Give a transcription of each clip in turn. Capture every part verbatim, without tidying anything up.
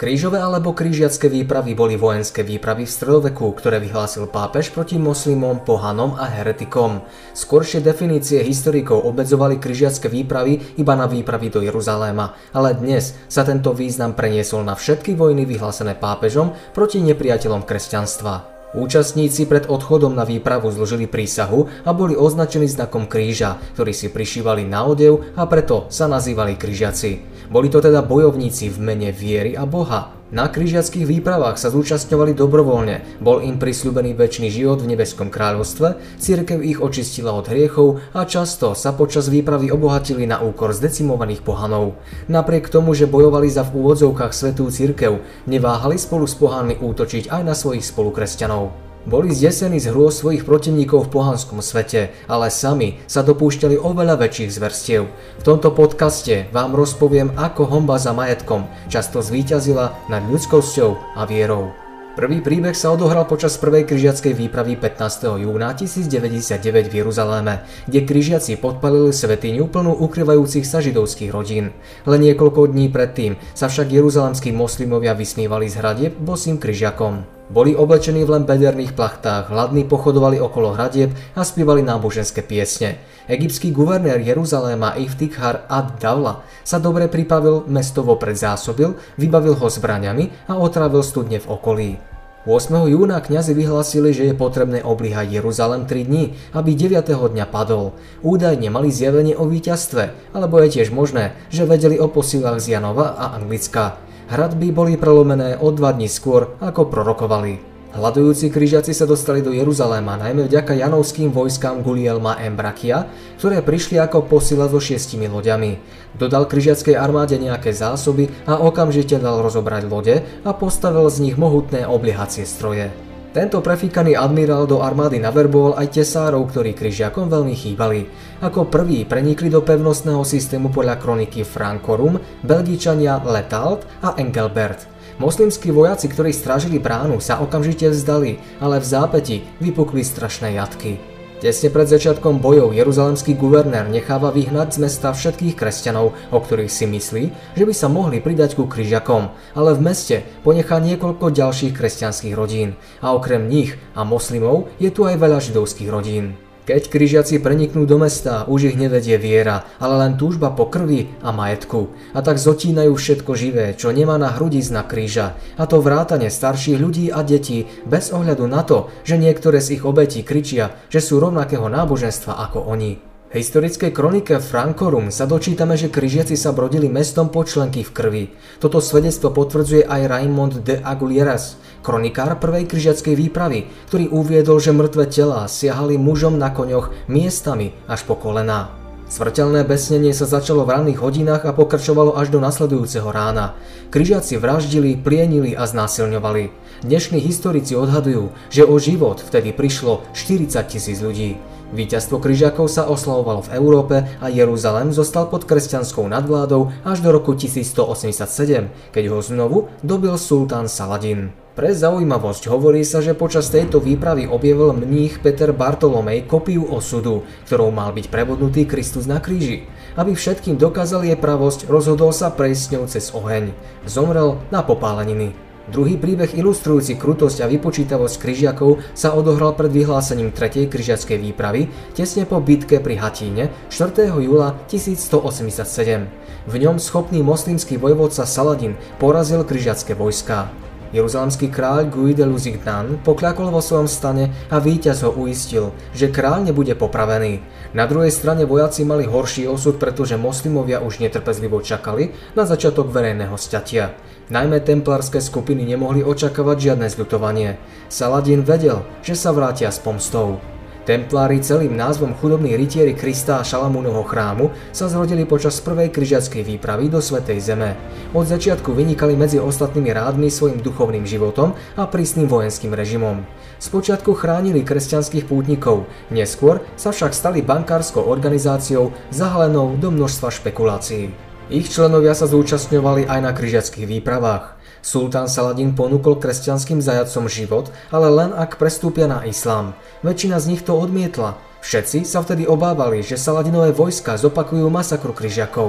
Krížové alebo krížiacké výpravy boli vojenské výpravy v stredoveku, ktoré vyhlásil pápež proti moslimom, pohanom a heretikom. Skoršie definície historikov obmedzovali krížiacké výpravy iba na výpravy do Jeruzaléma, ale dnes sa tento význam preniesol na všetky vojny vyhlásené pápežom proti nepriateľom kresťanstva. Účastníci pred odchodom na výpravu zložili prísahu a boli označení znakom kríža, ktorý si prišívali na odev a preto sa nazývali križiaci. Boli to teda bojovníci v mene viery a Boha. Na križiackých výpravách sa zúčastňovali dobrovoľne, bol im prisľúbený večný život v nebeskom kráľovstve, cirkev ich očistila od hriechov a často sa počas výpravy obohatili na úkor zdecimovaných pohanov. Napriek tomu, že bojovali za v úvodzovkách svätú cirkev, neváhali spolu s pohanmi útočiť aj na svojich spolukresťanov. Boli zdesení z hrôz svojich protivníkov v pohanskom svete, ale sami sa dopúšťali oveľa väčších zverstiev. V tomto podcaste vám rozpoviem, ako honba za majetkom často zvíťazila nad ľudskosťou a vierou. Prvý príbeh sa odohral počas prvej križiackej výpravy pätnásteho júna tisícdeväťdesiatdeväť v Jeruzaléme, kde križiaci podpalili svätyňu plnú ukrývajúcich sa židovských rodín. Len niekoľko dní predtým sa však jeruzalemskí moslimovia vysmievali z hradieb bosým križiakom. Boli oblečení v len bederných plachtách, hladní pochodovali okolo hradieb a spievali náboženské piesne. Egyptský guvernér Jeruzaléma Iftikhar ad-Dawla sa dobre pripravil, mesto vopred zásobil, vybavil ho zbraňami a otrávil studne v okolí. ôsmeho júna kňazi vyhlásili, že je potrebné obliehať Jeruzalém tri dni, aby deviateho dňa padol. Údajne mali zjavenie o víťazstve, alebo je tiež možné, že vedeli o posilách z Janova a Anglicka. Hradby boli prelomené o dva dni skôr, ako prorokovali. Hľadujúci križiaci sa dostali do Jeruzaléma najmä vďaka janovským vojskám Gulielma Embrakia, ktoré prišli ako posila so šiestimi loďami. Dodal križiackej armáde nejaké zásoby a okamžite dal rozobrať lode a postavil z nich mohutné obliehacie stroje. Tento prefíkaný admirál do armády naverboval aj tesárov, ktorí križiakom veľmi chýbali. Ako prví prenikli do pevnostného systému podľa kroniky Frankorum Belgičania Letalt a Engelbert. Moslimskí vojaci, ktorí strážili bránu, sa okamžite vzdali, ale v zápäti vypukli strašné jatky. Tesne pred začiatkom bojov jeruzalemský guvernér necháva vyhnať z mesta všetkých kresťanov, o ktorých si myslí, že by sa mohli pridať ku križiakom, ale v meste ponechá niekoľko ďalších kresťanských rodín a okrem nich a moslimov je tu aj veľa židovských rodín. Keď križiaci preniknú do mesta, už ich nevedie viera, ale len túžba po krvi a majetku. A tak zotínajú všetko živé, čo nemá na hrudi znak kríža. A to vrátane starších ľudí a detí, bez ohľadu na to, že niektoré z ich obetí kričia, že sú rovnakého náboženstva ako oni. V historickej kronike Frankorum sa dočítame, že križiaci sa brodili mestom po členky v krvi. Toto svedectvo potvrdzuje aj Raymond de Aguilera, kronikár prvej križiackej výpravy, ktorý uviedol, že mŕtve telá siahali mužom na koňoch miestami až po kolená. Smrteľné besnenie sa začalo v ranných hodinách a pokračovalo až do nasledujúceho rána. Križiaci vraždili, plienili a znásilňovali. Dnešní historici odhadujú, že o život vtedy prišlo štyridsať tisíc ľudí. Víťazstvo križiakov sa oslavovalo v Európe a Jeruzalém zostal pod kresťanskou nadvládou až do roku tisícstoosemdesiatsedem, keď ho znovu dobil sultán Saladin. Pre zaujímavosť hovorí sa, že počas tejto výpravy objavil mních Peter Bartolomej kopiu osudu, ktorou mal byť prebodnutý Kristus na kríži. Aby všetkým dokázal jej pravosť, rozhodol sa prejsť s ňou cez oheň. Zomrel na popáleniny. Druhý príbeh ilustrujúci krutosť a vypočítavosť križiakov sa odohral pred vyhlásením tretej križiackej výpravy tesne po bitke pri Hatíne štvrtého júla tisícstoosemdesiatsedem. V ňom schopný moslimský vojvodca Saladin porazil križiacké vojská. Jeruzalemský kráľ Guy de Lusignan pokľakol vo svojom stane a víťaz ho uistil, že kráľ nebude popravený. Na druhej strane vojaci mali horší osud, pretože moslimovia už netrpezlivo čakali na začiatok verejného sťatia. Najmä templárske skupiny nemohli očakávať žiadne zľutovanie. Saladin vedel, že sa vrátia s pomstou. Templári, celým názvom chudobní rytieri Krista a Šalamúnovho chrámu, sa zrodili počas prvej križiackej výpravy do Svätej Zeme. Od začiatku vynikali medzi ostatnými rádmi svojim duchovným životom a prísnym vojenským režimom. Spočiatku chránili kresťanských pútnikov, neskôr sa však stali bankárskou organizáciou zahalenou do množstva špekulácií. Ich členovia sa zúčastňovali aj na križiackých výpravách. Sultán Saladin ponúkol kresťanským zajatcom život, ale len ak prestúpia na islám. Väčšina z nich to odmietla. Všetci sa vtedy obávali, že Saladinové vojska zopakujú masakru križiakov.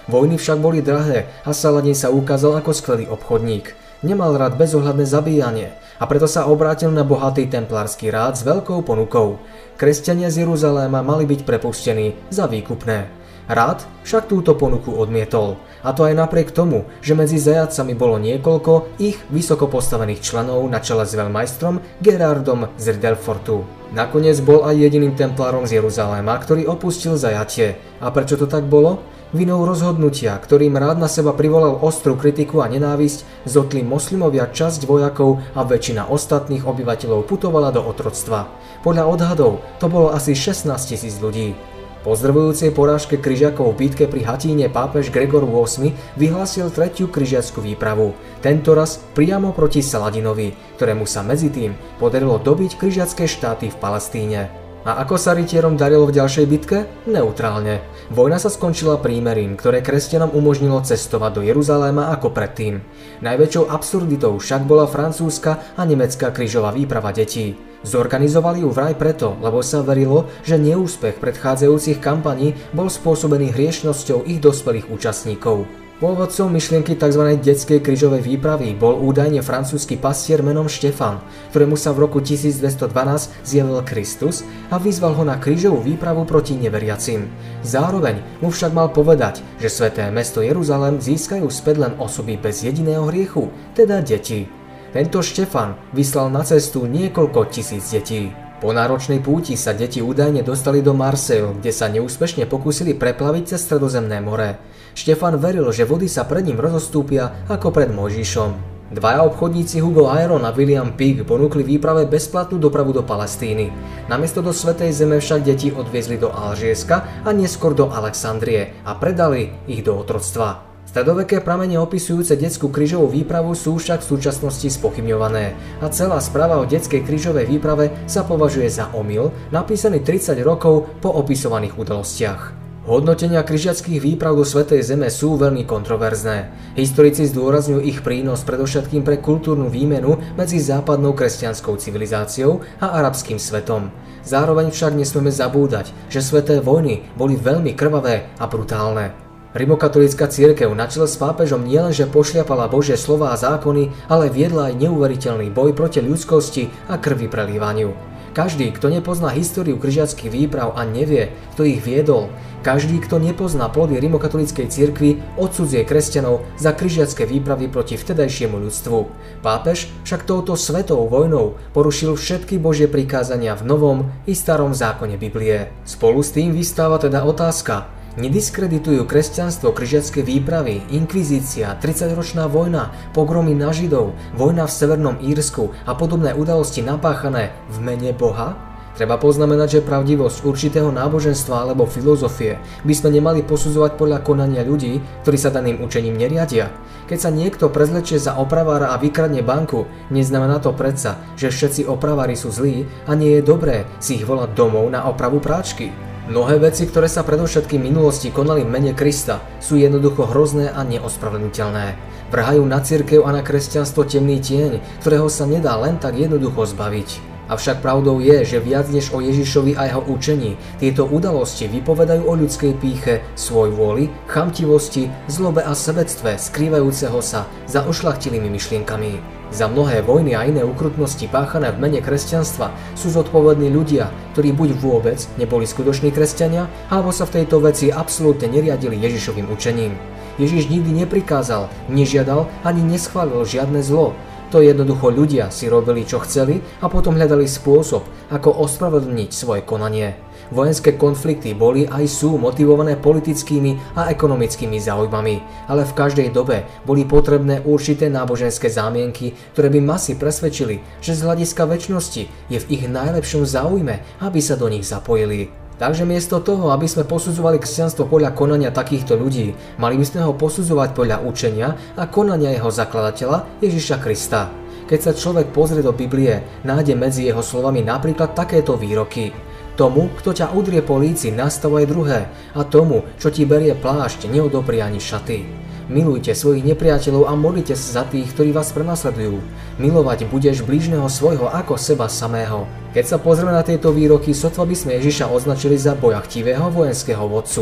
Vojny však boli drahé a Saladin sa ukázal ako skvelý obchodník. Nemal rád bezohľadné zabíjanie a preto sa obrátil na bohatý templársky rád s veľkou ponukou. Kresťania z Jeruzaléma mali byť prepustení za výkupné. Rád však túto ponuku odmietol. A to aj napriek tomu, že medzi zajatcami bolo niekoľko ich vysoko postavených členov na čele s veľmajstrom Gerardom z Delfortu. Nakoniec bol aj jediným templárom z Jeruzaléma, ktorý opustil zajatie. A prečo to tak bolo? Vinou rozhodnutia, ktorým rád na seba privolal ostrú kritiku a nenávisť, zotli moslimovia časť vojakov a väčšina ostatných obyvateľov putovala do otroctva. Podľa odhadov to bolo asi šestnásť tisíc ľudí. Po zdrvujúcej porážke križiakov v bitke pri Hatíne pápež Gregor ôsmy vyhlásil tretiu križiackú výpravu, tentoraz priamo proti Saladinovi, ktorému sa medzi tým podarilo dobiť križiacké štáty v Palestíne. A ako sa rytierom darilo v ďalšej bitke? Neutrálne. Vojna sa skončila prímerím, ktoré kresťanom umožnilo cestovať do Jeruzaléma ako predtým. Najväčšou absurditou však bola francúzska a nemecká krížová výprava detí. Zorganizovali ju vraj preto, lebo sa verilo, že neúspech predchádzajúcich kampaní bol spôsobený hriešnosťou ich dospelých účastníkov. Pôvodcom myšlienky tzv. Detskej krížovej výpravy bol údajne francúzsky pastier menom Štefan, ktorému sa v roku tisícdvestodvanásť zjavil Kristus a vyzval ho na krížovú výpravu proti neveriacim. Zároveň mu však mal povedať, že sväté mesto Jeruzalém získajú späť len osoby bez jediného hriechu, teda deti. Tento Štefan vyslal na cestu niekoľko tisíc detí. Po náročnej púti sa deti údajne dostali do Marseille, kde sa neúspešne pokúsili preplaviť cez Stredozemné more. Štefan veril, že vody sa pred ním rozostúpia ako pred Mojžišom. Dvaja obchodníci Hugo Iron a William Pig ponúkli výprave bezplatnú dopravu do Palestíny. Namiesto do Svätej Zeme však deti odviezli do Alžírska a neskôr do Alexandrie a predali ich do otroctva. Stredoveké pramene opisujúce detskú krížovú výpravu sú však v súčasnosti spochybňované a celá správa o detskej krížovej výprave sa považuje za omyl, napísaný tridsať rokov po opisovaných udalostiach. Hodnotenia križiackých výprav do Svätej Zeme sú veľmi kontroverzné. Historici zdôrazňujú ich prínos predovšetkým pre kultúrnu výmenu medzi západnou kresťanskou civilizáciou a arabským svetom. Zároveň však nesmieme zabúdať, že sväté vojny boli veľmi krvavé a brutálne. Rimokatolícka cirkev na čele s pápežom nielenže pošliapala Božie slová a zákony, ale viedla aj neuveriteľný boj proti ľudskosti a krvi prelívaniu. Každý, kto nepozná históriu križiackých výprav a nevie, kto ich viedol, každý, kto nepozná plody rimokatolíckej cirkvi, odsudzuje kresťanov za križiacké výpravy proti vtedajšiemu ľudstvu. Pápež však touto svetou vojnou porušil všetky Božie prikázania v Novom i Starom zákone Biblie. Spolu s tým vystáva teda otázka: nediskreditujú kresťanstvo križiacké výpravy, inkvizícia, tridsaťročná vojna, pogromy na Židov, vojna v Severnom Írsku a podobné udalosti napáchané v mene Boha? Treba poznamenať, že pravdivosť určitého náboženstva alebo filozofie by sme nemali posudzovať podľa konania ľudí, ktorí sa daným učením neriadia. Keď sa niekto prezlečie za opravára a vykradne banku, neznamená to predsa, že všetci opravári sú zlí a nie je dobré si ich volať domov na opravu práčky. Mnohé veci, ktoré sa predovšetkým v minulosti konali v mene Krista, sú jednoducho hrozné a neospravedlniteľné. Vrhajú na cirkev a na kresťanstvo temný tieň, ktorého sa nedá len tak jednoducho zbaviť. Avšak pravdou je, že viac než o Ježišovi a jeho učení, tieto udalosti vypovedajú o ľudskej pýche, svojvôli, chamtivosti, zlobe a sebectve skrývajúceho sa za ušľachtilými myšlienkami. Za mnohé vojny a iné ukrutnosti páchané v mene kresťanstva sú zodpovední ľudia, ktorí buď vôbec neboli skutoční kresťania, alebo sa v tejto veci absolútne neriadili Ježišovým učením. Ježiš nikdy neprikázal, nežiadal ani neschválil žiadne zlo. To jednoducho ľudia si robili, čo chceli a potom hľadali spôsob, ako ospravedlniť svoje konanie. Vojenské konflikty boli aj sú motivované politickými a ekonomickými záujmami, ale v každej dobe boli potrebné určité náboženské zámienky, ktoré by masy presvedčili, že z hľadiska večnosti je v ich najlepšom záujme, aby sa do nich zapojili. Takže miesto toho, aby sme posudzovali kresťanstvo podľa konania takýchto ľudí, mali by sme ho posudzovať podľa učenia a konania jeho zakladateľa Ježiša Krista. Keď sa človek pozrie do Biblie, nájde medzi jeho slovami napríklad takéto výroky: tomu, kto ťa udrie po líci, nastavaj druhé, a tomu, čo ti berie plášť, neodopri ani šaty. Milujte svojich nepriateľov a modlite sa za tých, ktorí vás prenasledujú. Milovať budeš blížneho svojho ako seba samého. Keď sa pozrieme na tieto výroky, sotva by sme Ježiša označili za bojachtivého vojenského vodcu.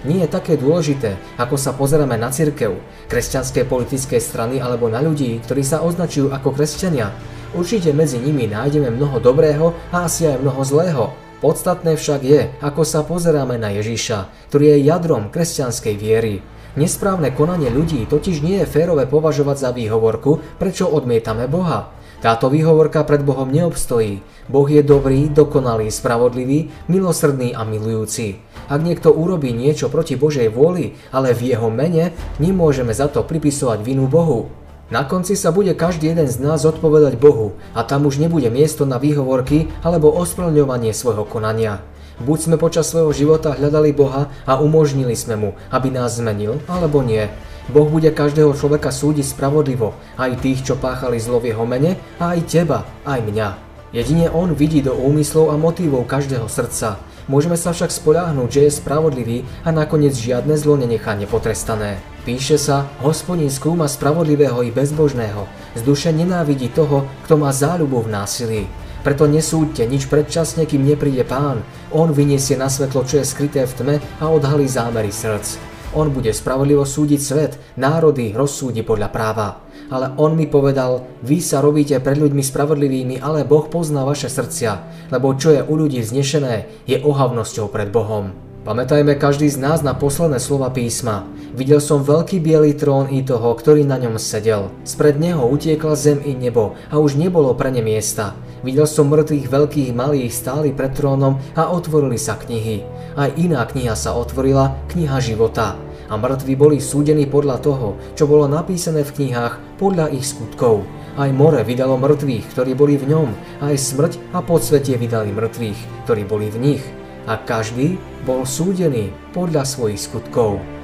nie je také dôležité, ako sa pozeráme na cirkev, kresťanské politické strany alebo na ľudí, ktorí sa označujú ako kresťania. Určite medzi nimi nájdeme mnoho dobrého a asi aj mnoho zlého. Podstatné však je, ako sa pozeráme na Ježiša, ktorý je jadrom kresťanskej viery. Nesprávne konanie ľudí totiž nie je férové považovať za výhovorku, prečo odmietame Boha. Táto výhovorka pred Bohom neobstojí. Boh je dobrý, dokonalý, spravodlivý, milosrdný a milujúci. Ak niekto urobí niečo proti Božej vôli, ale v jeho mene, nemôžeme za to pripisovať vinu Bohu. Na konci sa bude každý jeden z nás odpovedať Bohu a tam už nebude miesto na výhovorky alebo ospravedlňovanie svojho konania. Buď sme počas svojho života hľadali Boha a umožnili sme mu, aby nás zmenil, alebo nie. Boh bude každého človeka súdiť spravodlivo, aj tých, čo páchali zlo v jeho mene, a aj teba, aj mňa. Jedine on vidí do úmyslov a motívov každého srdca. Môžeme sa však spoľahnúť, že je spravodlivý a nakoniec žiadne zlo nenechá nepotrestané. Píše sa, Hospodin skúma spravodlivého i bezbožného, z duše nenávidí toho, kto má záľubu v násilí. Preto nesúďte nič predčasne, kým nepríde Pán. On vyniesie na svetlo, čo je skryté v tme a odhalí zámery srdc. On bude spravodlivo súdiť svet, národy rozsúdi podľa práva. Ale on mi povedal, vy sa robíte pred ľuďmi spravodlivými, ale Boh pozná vaše srdcia, lebo čo je u ľudí vznešené, je ohavnosťou pred Bohom. Pamätajme každý z nás na posledné slova písma. Videl som veľký biely trón i toho, ktorý na ňom sedel. Spred neho utiekla zem i nebo a už nebolo pre ne miesta. Videl som mŕtvych veľkých malých stáli pred trónom a otvorili sa knihy. Aj iná kniha sa otvorila, kniha života. A mŕtvi boli súdení podľa toho, čo bolo napísané v knihách, podľa ich skutkov. Aj more vydalo mŕtvych, ktorí boli v ňom, aj smrť a podsvetie vydali mŕtvych, ktorí boli v nich. A každý bol súdený podľa svojich skutkov.